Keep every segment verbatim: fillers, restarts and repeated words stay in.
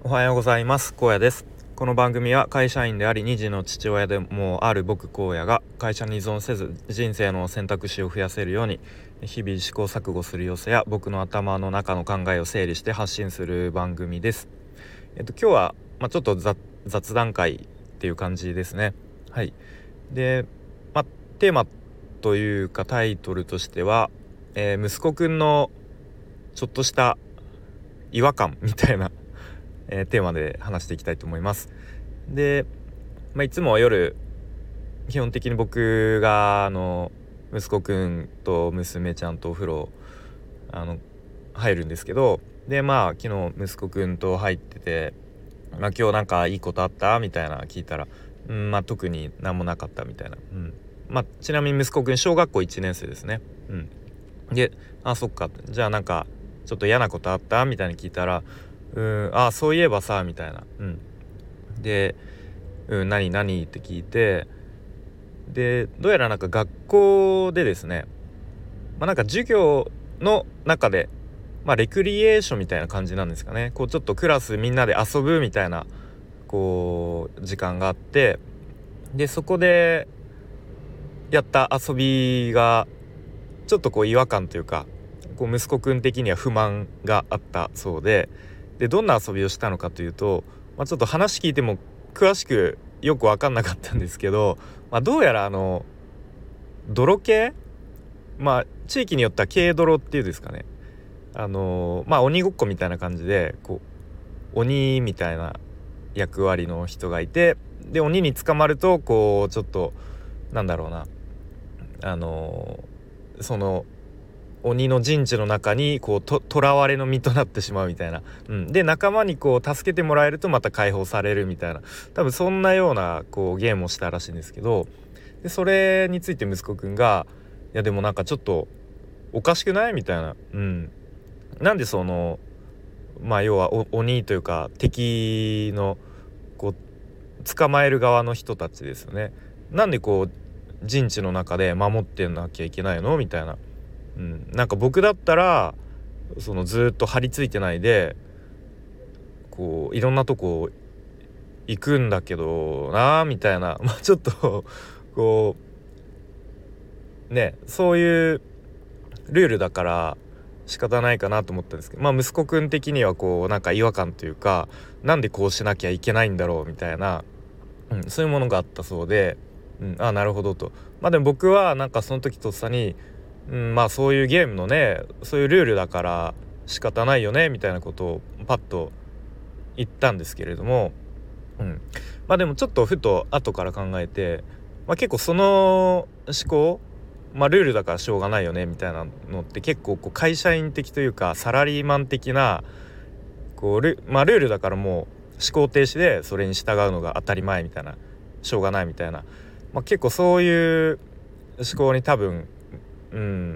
おはようございます。荒野です。この番組は会社員でありに児の父親でもある僕荒野が会社に依存せず人生の選択肢を増やせるように日々試行錯誤する様子や僕の頭の中の考えを整理して発信する番組です。えっと今日は、まあ、ちょっと 雑, 雑談会っていう感じですね。はい。で、まあ、テーマというかタイトルとしては、えー息子くんのちょっとした違和感みたいなえー、テーマで話していきたいと思います。で、まあ、いつも夜基本的に僕があの息子くんと娘ちゃんとお風呂あの入るんですけど、でまあ昨日息子くんと入ってて、まあ、今日なんかいいことあったみたいな聞いたら、うん、まあ特に何もなかったみたいな、うん、まあちなみに息子くん小学校いちねん生ですね。うん、で、あそっか、じゃあなんかちょっと嫌なことあったみたいに聞いたら、うーん、あそういえばさみたいな、うん、で、うん、何何って聞いて、でどうやらなんか学校でですね、まあ、なんか授業の中で、まあ、レクリエーションみたいな感じなんですかね。こうちょっとクラスみんなで遊ぶみたいなこう時間があって、でそこでやった遊びがちょっとこう違和感というか、こう息子くん的には不満があったそうで、でどんな遊びをしたのかというと、まあ、ちょっと話聞いても詳しくよく分かんなかったんですけど、まあ、どうやらあの泥系、まあ地域によっては軽泥っていうんですかね、あのまあ鬼ごっこみたいな感じで、こう鬼みたいな役割の人がいて、で鬼に捕まるとこうちょっとなんだろうな、あのその鬼の陣地の中にこうと囚われの身となってしまうみたいな、うん、で仲間にこう助けてもらえるとまた解放されるみたいな、多分そんなようなこうゲームをしたらしいんですけど、でそれについて息子くんがいやでもなんかちょっとおかしくないみたいな、うん、なんでそのまあ要はお鬼というか敵のこう捕まえる側の人たちですよね、なんでこう陣地の中で守ってなきゃいけないのみたいな、うん、なんか僕だったらそのずっと張り付いてないでこういろんなとこ行くんだけどなみたいな、まあちょっとこうね、そういうルールだから仕方ないかなと思ったんですけど、まあ息子くん的にはこうなんか違和感というか、なんでこうしなきゃいけないんだろうみたいな、うん、そういうものがあったそうで、うん、あなるほどと。まあでも僕はなんかその時とっさに、うん、まあそういうゲームのねそういうルールだから仕方ないよねみたいなことをパッと言ったんですけれども、うん、まあでもちょっとふと後から考えて、まあ、結構その思考、まあルールだからしょうがないよねみたいなのって結構こう会社員的というかサラリーマン的なこうル、まあ、ルールだからもう思考停止でそれに従うのが当たり前みたいな、しょうがないみたいな、まあ、結構そういう思考に多分、うん、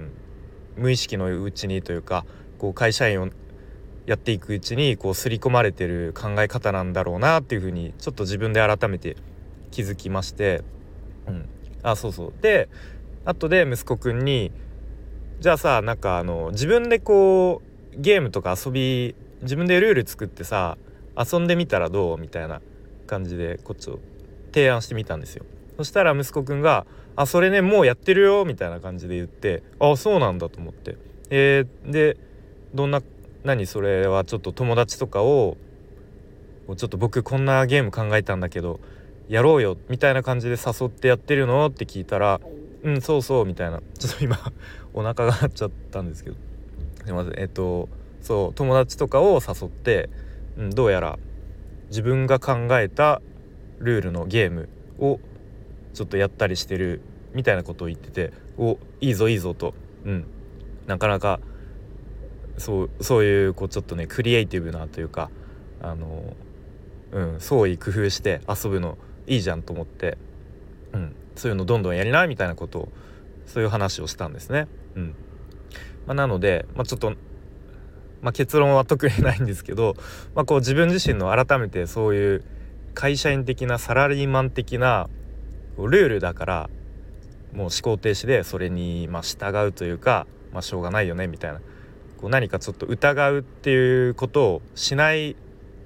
無意識のうちにというかこう会社員をやっていくうちにこう刷り込まれてる考え方なんだろうなっていうふうにちょっと自分で改めて気づきまして、うん、あそうそうで後で息子くんにじゃあさなんかあの自分でこうゲームとか遊び自分でルール作ってさ遊んでみたらどうみたいな感じでこっちを提案してみたんですよ。そしたら息子くんがあそれねもうやってるよみたいな感じで言って、あそうなんだと思って、えー、でどんな何それはちょっと友達とかをちょっと僕こんなゲーム考えたんだけどやろうよみたいな感じで誘ってやってるのって聞いたら、うんそうそうみたいな、ちょっと今お腹が鳴っちゃったんですけど、すいません、えっとそう友達とかを誘って、うん、どうやら自分が考えたルールのゲームをちょっとやったりしてるみたいなことを言ってて、おいいぞいいぞと、うん、なかなかそうそういうこうちょっとねクリエイティブなというかあの、うん、創意工夫して遊ぶのいいじゃんと思って、うん、そういうのどんどんやりなみたいなことをそういう話をしたんですね。うんまあ、なので、まあ、ちょっと、まあ、結論は特にないんですけど、まあ、こう自分自身の改めてそういう会社員的なサラリーマン的なルールだからもう思考停止でそれにまあ従うというか、まあ、しょうがないよねみたいな、こう何かちょっと疑うっていうことをしない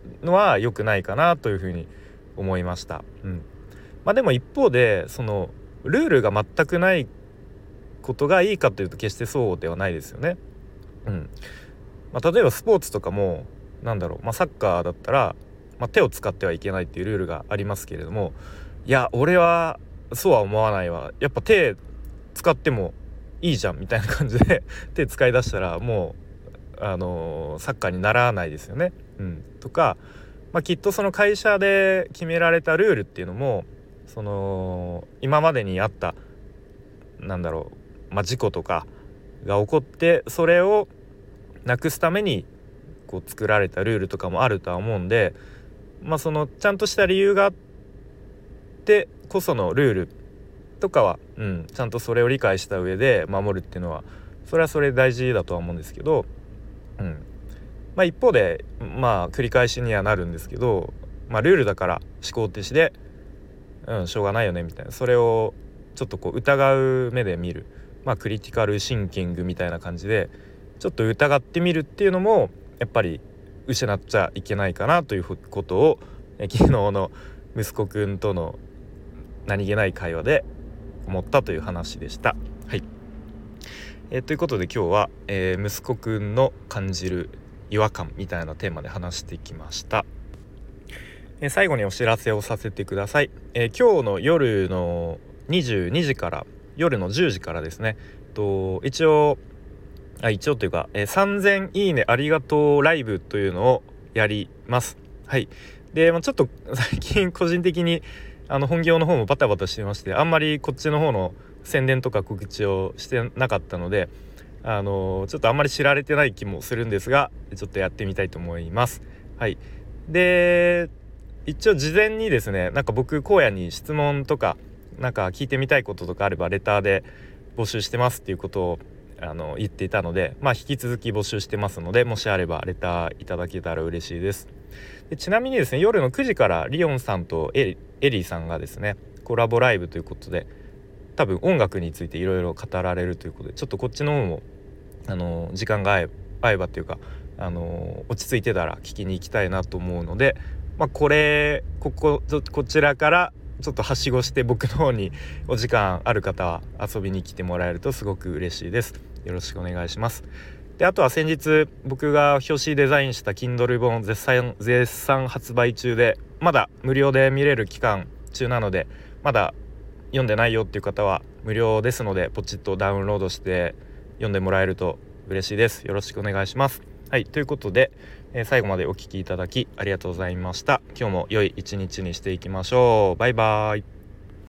のは良くないかなというふうに思いました。うんまあ、でも一方でそのルールが全くないことがいいかというと決してそうではないですよね。うんまあ、例えばスポーツとかもなんだろう、まあ、サッカーだったら、まあ、手を使ってはいけないっていうルールがありますけれども、いや俺はそうは思わないわ、やっぱ手使ってもいいじゃんみたいな感じで手使い出したらもう、あのーサッカーにならないですよね。うん、とか、まあ、きっとその会社で決められたルールっていうのもその今までにあったなんだろう、まあ、事故とかが起こってそれをなくすためにこう作られたルールとかもあるとは思うんで、まあそのちゃんとした理由があってこそのルールとかは、うん、ちゃんとそれを理解した上で守るっていうのはそれはそれ大事だとは思うんですけど、うんまあ、一方でまあ繰り返しにはなるんですけど、まあ、ルールだから思考停止で、うん、しょうがないよねみたいな、それをちょっとこう疑う目で見る、まあ、クリティカルシンキングみたいな感じでちょっと疑ってみるっていうのもやっぱり失っちゃいけないかなということをえ昨日の息子くんとの何気ない会話で思ったという話でした。はい、えー、ということで今日は、えー、息子くんの感じる違和感みたいなテーマで話してきました。えー、最後にお知らせをさせてください。えー、今日の夜のにじゅうにじから夜のじゅうじからですね、と一応あ一応というか、えー、さんぜんいいねありがとうライブというのをやります。はいで、まあ、ちょっと最近個人的にあの本業の方もバタバタしてましてあんまりこっちの方の宣伝とか告知をしてなかったので、あのー、ちょっとあんまり知られてない気もするんですがちょっとやってみたいと思います。はいで一応事前にですね、なんか僕荒野に質問とかなんか聞いてみたいこととかあればレターで募集してますっていうことをあの言っていたので、まあ、引き続き募集してますのでもしあればレターいただけたら嬉しいです。でちなみにですね夜のくじからリオンさんとエリ、エリーさんがですねコラボライブということで多分音楽についていろいろ語られるということでちょっとこっちの方もあの時間が合え合えばというかあの落ち着いてたら聞きに行きたいなと思うので、まあ、これこここちらからちょっとはしごして僕の方にお時間ある方は遊びに来てもらえるとすごく嬉しいです。よろしくお願いします。であとは先日僕が表紙デザインした Kindle 本絶賛絶賛発売中でまだ無料で見れる期間中なのでまだ読んでないよっていう方は無料ですのでポチッとダウンロードして読んでもらえると嬉しいです。よろしくお願いします。はいということで、えー、最後までお聞きいただきありがとうございました。今日も良い一日にしていきましょう。バイバイ。